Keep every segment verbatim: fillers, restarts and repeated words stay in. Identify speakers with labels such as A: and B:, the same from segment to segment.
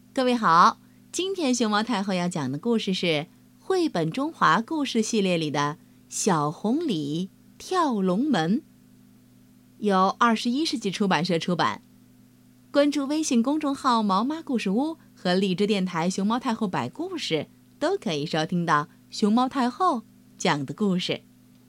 A: 各位好，今天熊猫太后要讲的故事是绘本中华故事系列里的小红鲤跳龙门，由二十一世纪出版社出版。关注微信公众号毛妈故事屋和荔枝电台熊猫太后摆故事，都可以收听到熊猫太后讲的故事。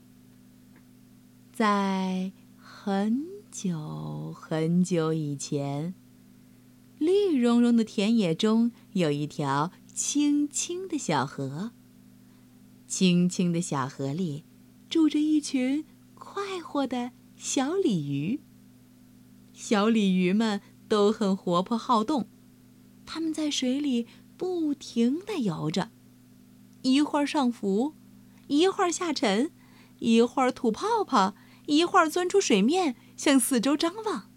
A: 在很久很久以前，绿茸茸的田野中有一条清清的小河，清清的小河里住着一群快活的小鲤鱼。小鲤鱼们都很活泼好动，它们在水里不停地游着，一会儿上浮，一会儿下沉，一会儿吐泡泡，一会儿钻出水面，向四周张望。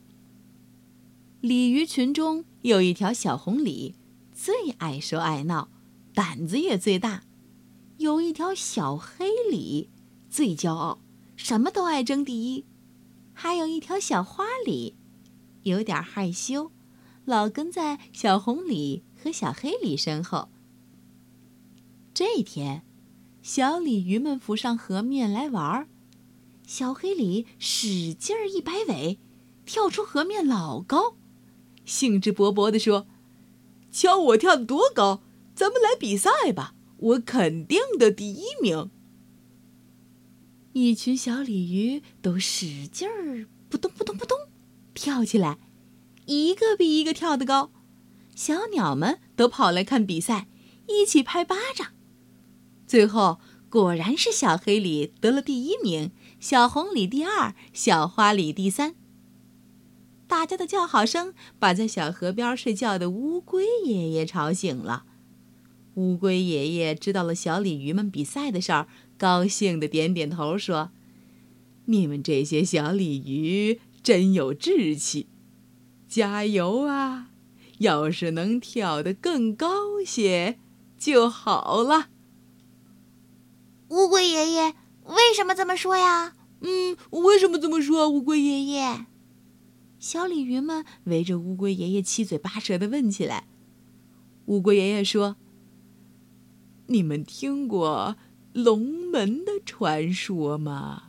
A: 鲤鱼群中有一条小红鲤，最爱说爱闹，胆子也最大。有一条小黑鲤，最骄傲，什么都爱争第一。还有一条小花鲤，有点害羞，老跟在小红鲤和小黑鲤身后。这天，小鲤鱼们浮上河面来玩，小黑鲤使劲儿一摆尾，跳出河面老高，兴致勃勃地说：“瞧我跳得多高，咱们来比赛吧，我肯定的第一名。”一群小鲤鱼都使劲儿扑通扑通扑通跳起来，一个比一个跳得高。小鸟们都跑来看比赛，一起拍巴掌。最后果然是小黑鲤得了第一名，小红鲤第二，小花鲤第三。大家的叫好声把在小河边睡觉的乌龟爷爷吵醒了。乌龟爷爷知道了小鲤鱼们比赛的事儿，高兴地点点头说：“你们这些小鲤鱼真有志气，加油啊！要是能跳得更高些就好了。”
B: 乌龟爷爷，为什么这么说呀？
A: 嗯，为什么这么说，乌龟爷爷？小鲤鱼们围着乌龟爷爷七嘴八舌地问起来。乌龟爷爷说：“你们听过龙门的传说吗？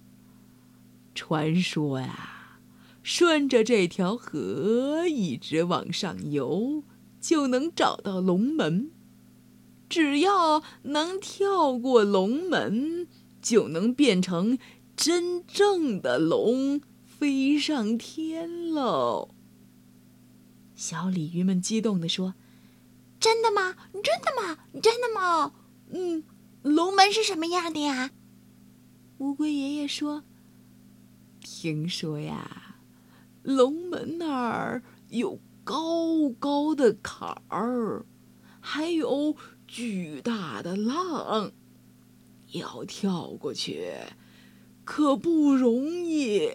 A: 传说呀，顺着这条河一直往上游，就能找到龙门。只要能跳过龙门，就能变成真正的龙，飞上天喽。”小鲤鱼们激动地说：“
B: 真的吗？真的吗？真的吗？嗯，龙门是什么样的呀？”
A: 乌龟爷爷说：“听说呀，龙门那儿有高高的坎儿，还有巨大的浪，要跳过去可不容易。”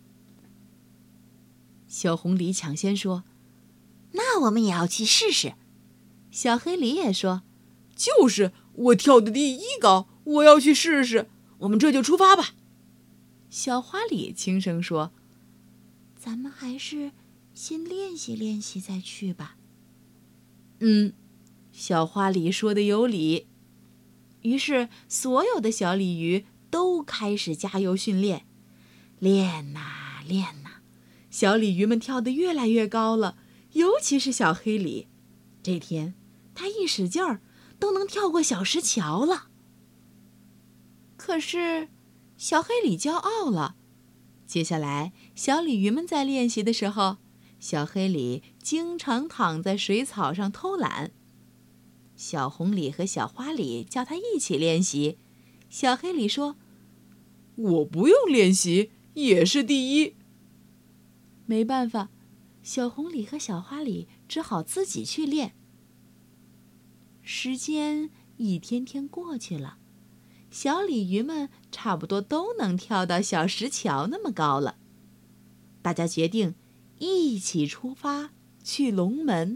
A: 小红鲤抢先说：“
B: 那我们也要去试试。”
A: 小黑鲤也说：“就是我跳的第一高，我要去试试。我们这就出发吧。”小花鲤轻声说：“
B: 咱们还是先练习练习再去吧。”
A: 嗯，小花鲤说的有理。于是所有的小鲤鱼都开始加油训练，练呐练呐，小鲤鱼们跳得越来越高了，尤其是小黑鲤。这天他一使劲儿，都能跳过小石桥了。可是小黑鲤骄傲了。接下来小鲤鱼们在练习的时候，小黑鲤经常躺在水草上偷懒。小红鲤和小花鲤叫他一起练习，小黑鲤说：“我不用练习，也是第一。”没办法，小红鲤和小花鲤只好自己去练。时间一天天过去了，小鲤鱼们差不多都能跳到小石桥那么高了。大家决定一起出发去龙门。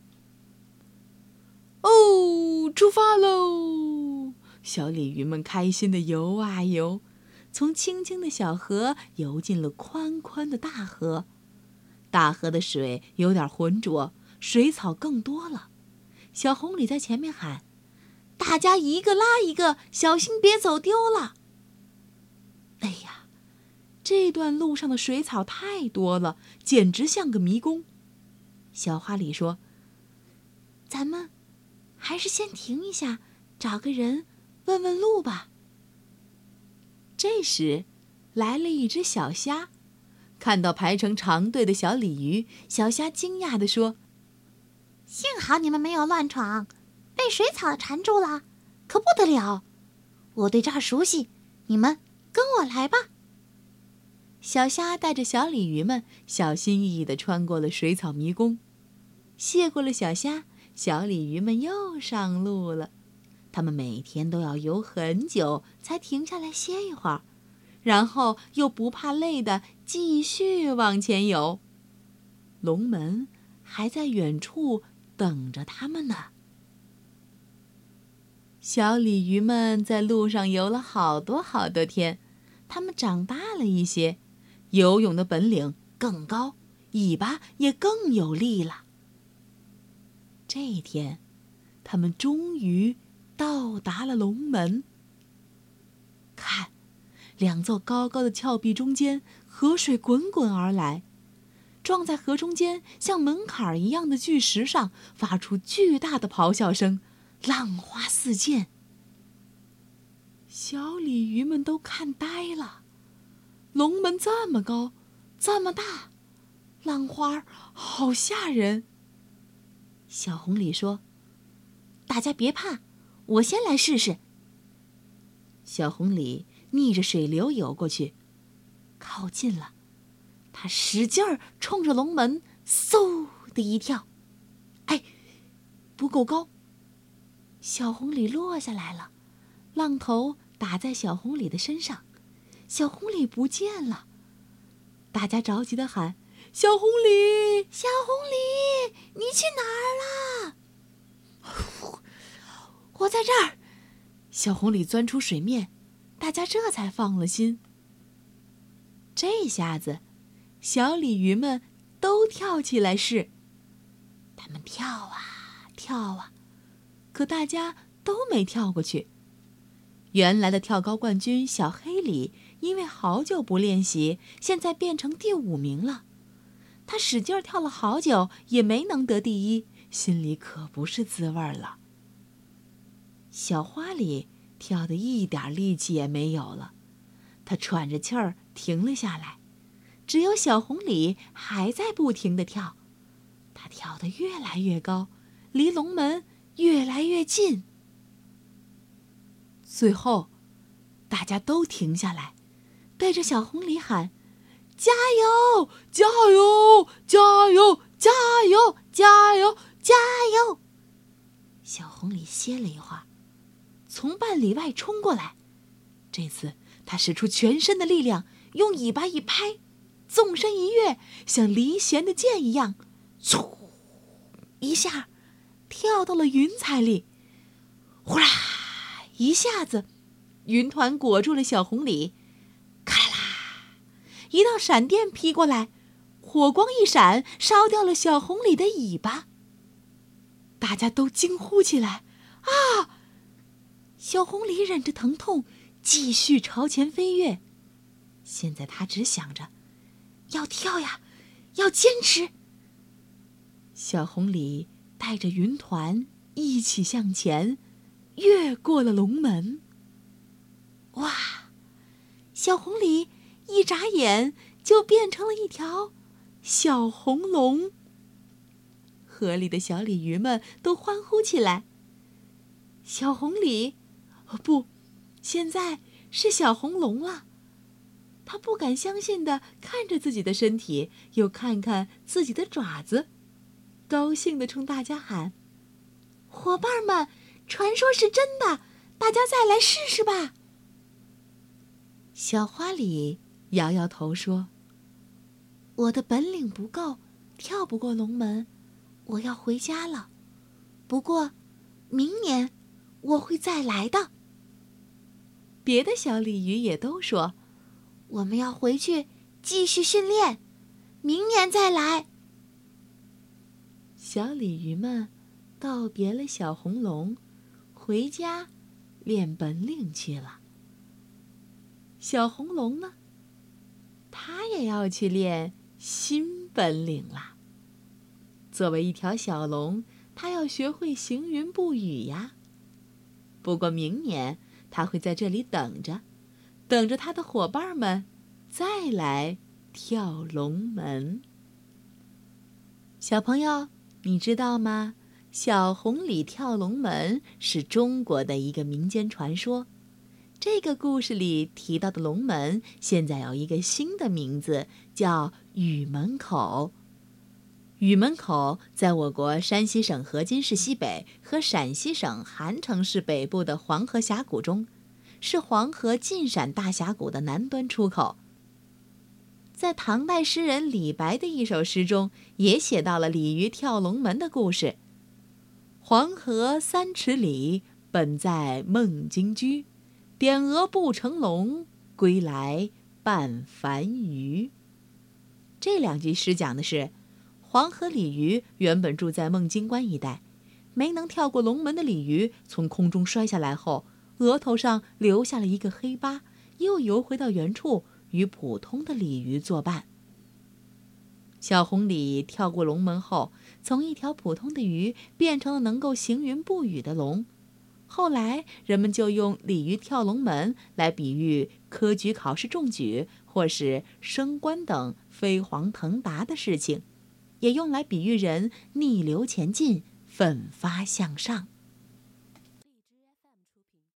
A: 哦，出发喽！小鲤鱼们开心地游啊游，从清清的小河游进了宽宽的大河。大河的水有点浑浊， 水草更多了。小红鲤在前面喊：“大家一个拉一个，小心别走丢了。”哎呀，这段路上的水草太多了，简直像个迷宫。小花鲤说：“咱们还是先停一下，找个人问问路吧。”这时，来了一只小虾，看到排成长队的小鲤鱼，小虾惊讶地说：“
B: 幸好你们没有乱闯，被水草缠住了，可不得了。我对这儿熟悉，你们跟我来吧。”
A: 小虾带着小鲤鱼们小心翼翼地穿过了水草迷宫。谢过了小虾，小鲤鱼们又上路了。他们每天都要游很久才停下来歇一会儿，然后又不怕累地继续往前游。龙门还在远处等着他们呢。小鲤鱼们在路上游了好多好多天，它们长大了一些，游泳的本领更高，尾巴也更有力了。这一天，他们终于到达了龙门。看，两座高高的峭壁中间，河水滚滚而来，撞在河中间像门槛一样的巨石上，发出巨大的咆哮声，浪花四溅。小鲤鱼们都看呆了，龙门这么高，这么大，浪花好吓人。小红鲤说：“大家别怕，我先来试试。”小红鲤逆着水流游过去，靠近了，它使劲儿冲着龙门嗖的一跳，哎，不够高，小红鲤落下来了，浪头打在小红鲤的身上，小红鲤不见了。大家着急地喊：“小红鲤，
B: 小红鲤，你去哪儿了？”
A: 我在这儿。小红鲤钻出水面，大家这才放了心。这下子，小鲤鱼们都跳起来试。他们跳啊跳啊，可大家都没跳过去。原来的跳高冠军小黑鲤，因为好久不练习，现在变成第五名了。他使劲跳了好久，也没能得第一，心里可不是滋味了。小花鲤跳得一点力气也没有了，他喘着气儿停了下来。只有小红鲤还在不停地跳，它跳得越来越高，离龙门越来越近。最后，大家都停下来，对着小红鲤喊：“加油！加油！加油！加油！加油！加油！”小红鲤歇了一会儿，从半里外冲过来。这次，它使出全身的力量，用尾巴一拍，纵身一跃，像离弦的箭一样，嗖一下跳到了云彩里。呼啦！一下子，云团裹住了小红鲤，咔啦啦，一道闪电劈过来，火光一闪，烧掉了小红鲤的尾巴。大家都惊呼起来：“啊！”小红鲤忍着疼痛，继续朝前飞跃。现在他只想着，要跳呀，要坚持。小红鲤带着云团一起向前，越过了龙门。哇！小红鲤一眨眼就变成了一条小红龙。河里的小鲤鱼们都欢呼起来。小红鲤，哦不，现在是小红龙了。他不敢相信地看着自己的身体，又看看自己的爪子，高兴地冲大家喊：“伙伴们，传说是真的，大家再来试试吧！”小花鲤摇摇头说：“我的本领不够，跳不过龙门，我要回家了。不过，明年我会再来的。”别的小鲤鱼也都说：“我们要回去继续训练，明年再来。” 小鲤鱼们告别了小红龙，回家练本领去了。小红龙呢，它也要去练新本领啦。作为一条小龙，它要学会行云布雨呀。不过明年，它会在这里等着，等着它的伙伴们再来跳龙门。小朋友，你知道吗？小红鲤跳龙门是中国的一个民间传说。这个故事里提到的龙门，现在有一个新的名字，叫雨门口。雨门口在我国山西省河津市西北和陕西省韩城市北部的黄河峡谷中，是黄河晋陕大峡谷的南端出口。在唐代诗人李白的一首诗中，也写到了鲤鱼跳龙门的故事。黄河三尺里，本在孟津居。点鹅不成龙，归来半繁鱼。这两句诗讲的是，黄河鲤鱼原本住在孟津关一带，没能跳过龙门的鲤鱼从空中摔下来后，额头上留下了一个黑疤，又游回到原处，与普通的鲤鱼作伴。小红鲤跳过龙门后，从一条普通的鱼变成了能够行云布雨的龙。后来人们就用鲤鱼跳龙门来比喻科举考试中举或是升官等飞黄腾达的事情，也用来比喻人逆流前进，奋发向上。